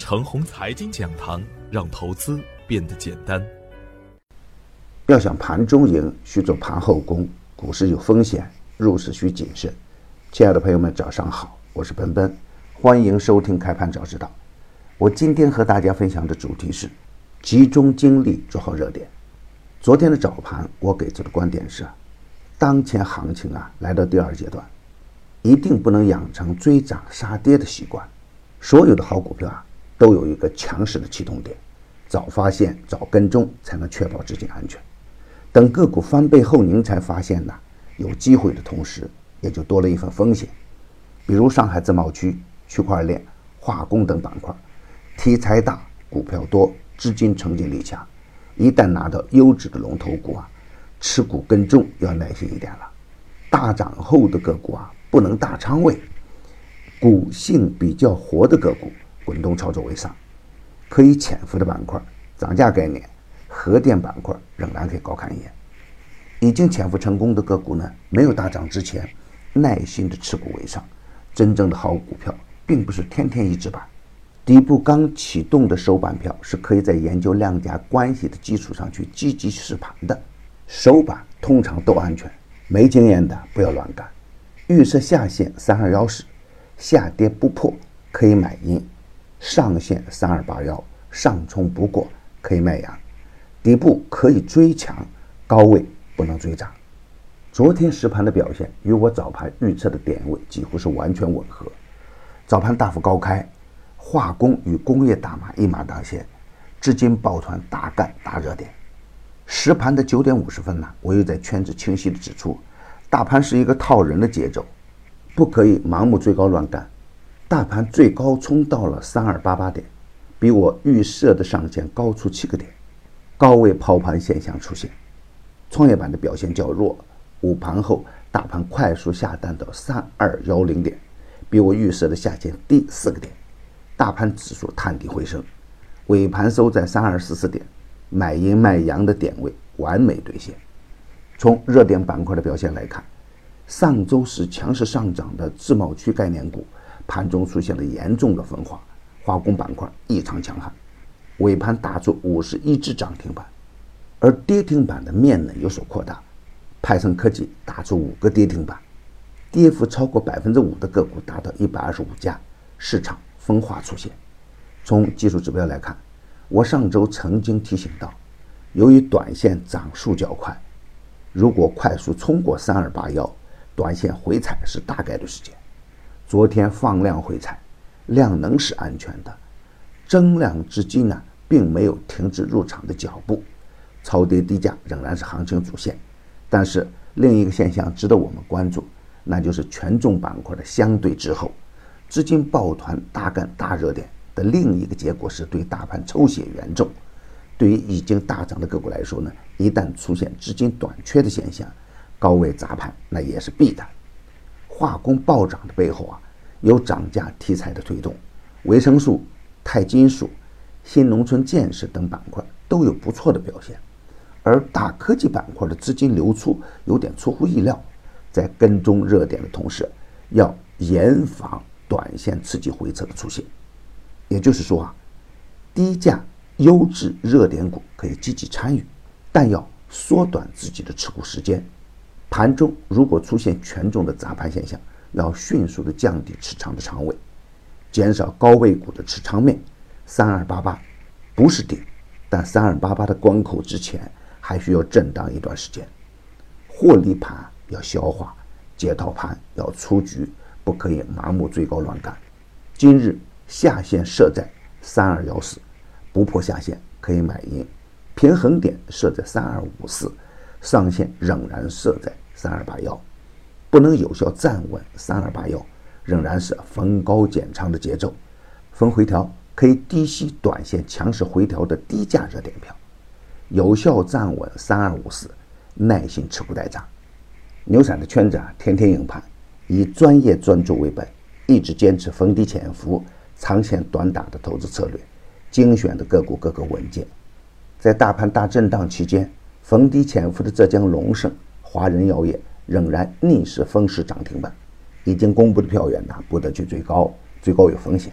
程红财经讲堂，让投资变得简单。 要想盘中赢，需做盘后功。股市有风险，入市需谨慎。亲爱的朋友们，早上好，我是奔奔，欢迎收听开盘早知道。我今天和大家分享的主题是集中精力做好热点。昨天的早盘，我给出的观点是，当前行情来到第二阶段，一定不能养成追涨杀跌的习惯。所有的好股票都有一个强势的启动点，早发现早跟踪才能确保资金安全。等个股翻倍后，您才发现有机会的同时，也就多了一份风险。比如上海自贸区、区块链、化工等板块，题材大，股票多，资金承接力强。一旦拿到优质的龙头股持股跟踪要耐心一点了。大涨后的个股不能大仓位，股性比较活的个股滚动操作为上。可以潜伏的板块，涨价概念、核电板块仍然可以高看一眼。已经潜伏成功的个股没有大涨之前，耐心的持股为上。真正的好股票并不是天天一只板，底部刚启动的首板票是可以在研究量价关系的基础上去积极试盘的。首板通常都安全，没经验的不要乱干。预设下限3214，下跌不破可以买阴，上限3281，上冲不过可以卖阳。底部可以追强，高位不能追涨。昨天实盘的表现与我早盘预测的点位几乎是完全吻合。早盘大幅高开，化工与工业大码一马当先，资金抱团大干大热点。实盘的9点50分我又在圈子清晰地指出，大盘是一个套人的节奏，不可以盲目追高乱干。大盘最高冲到了3288点，比我预设的上限高出7个点，高位抛盘现象出现。创业板的表现较弱，午盘后大盘快速下单到3210点，比我预设的下限低4个点，大盘指数探底回升，尾盘收在3244点，买阴卖阳的点位完美兑现。从热点板块的表现来看，上周是强势上涨的自贸区概念股盘中出现了严重的分化，化工板块异常强悍，尾盘打出51只涨停板，而跌停板的面有所扩大，派森科技打出5个跌停板，跌幅超过 5% 的个股达到125家，市场分化出现。从技术指标来看，我上周曾经提醒到，由于短线涨速较快，如果快速冲过3281，短线回踩是大概率事件。昨天放量回踩，量能是安全的，增量资金并没有停止入场的脚步，超跌低价仍然是行情主线。但是另一个现象值得我们关注，那就是权重板块的相对滞后，资金抱团大干大热点的另一个结果是对大盘抽血严重。对于已经大涨的个股来说一旦出现资金短缺的现象，高位砸盘那也是必然。化工暴涨的背后有涨价题材的推动，维生素、钛金属、新农村建设等板块都有不错的表现。而大科技板块的资金流出有点出乎意料，在跟踪热点的同时，要严防短线刺激回撤的出现。也就是说低价优质热点股可以积极参与，但要缩短自己的持股时间。盘中如果出现权重的砸盘现象，要迅速的降低持仓的仓位，减少高位股的持仓面。3288不是顶，但3288的关口之前还需要震荡一段时间，获利盘要消化，解套盘要出局，不可以盲目追高乱干。今日下限设在3214，不破下限可以买阴，平衡点设在3254，上限仍然设在3281，不能有效站稳3281，仍然是逢高减仓的节奏。逢回调可以低吸短线强势回调的低价热点票，有效站稳3254，耐心持股待涨。牛散的圈子天天赢盘，以专业专注为本，一直坚持逢低潜伏、长线短打的投资策略，精选的个股个个稳健。在大盘大震荡期间，逢低潜伏的浙江龙盛、华人药业仍然逆势封势涨停板。已经公布的票源不得去追高，追高有风险。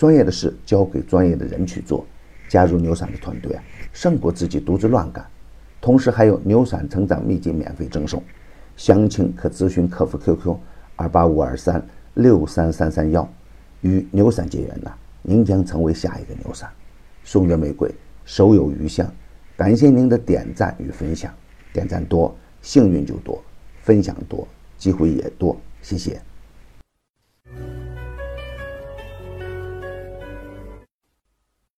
专业的事交给专业的人去做。加入牛散的团队胜过自己独自乱干。同时还有牛散成长秘籍免费赠送，详情可咨询客服 QQ28523-63331，与牛散结缘您将成为下一个牛散。送月玫瑰，手有余香。感谢您的点赞与分享，点赞多幸运就多，分享多机会也多，谢谢。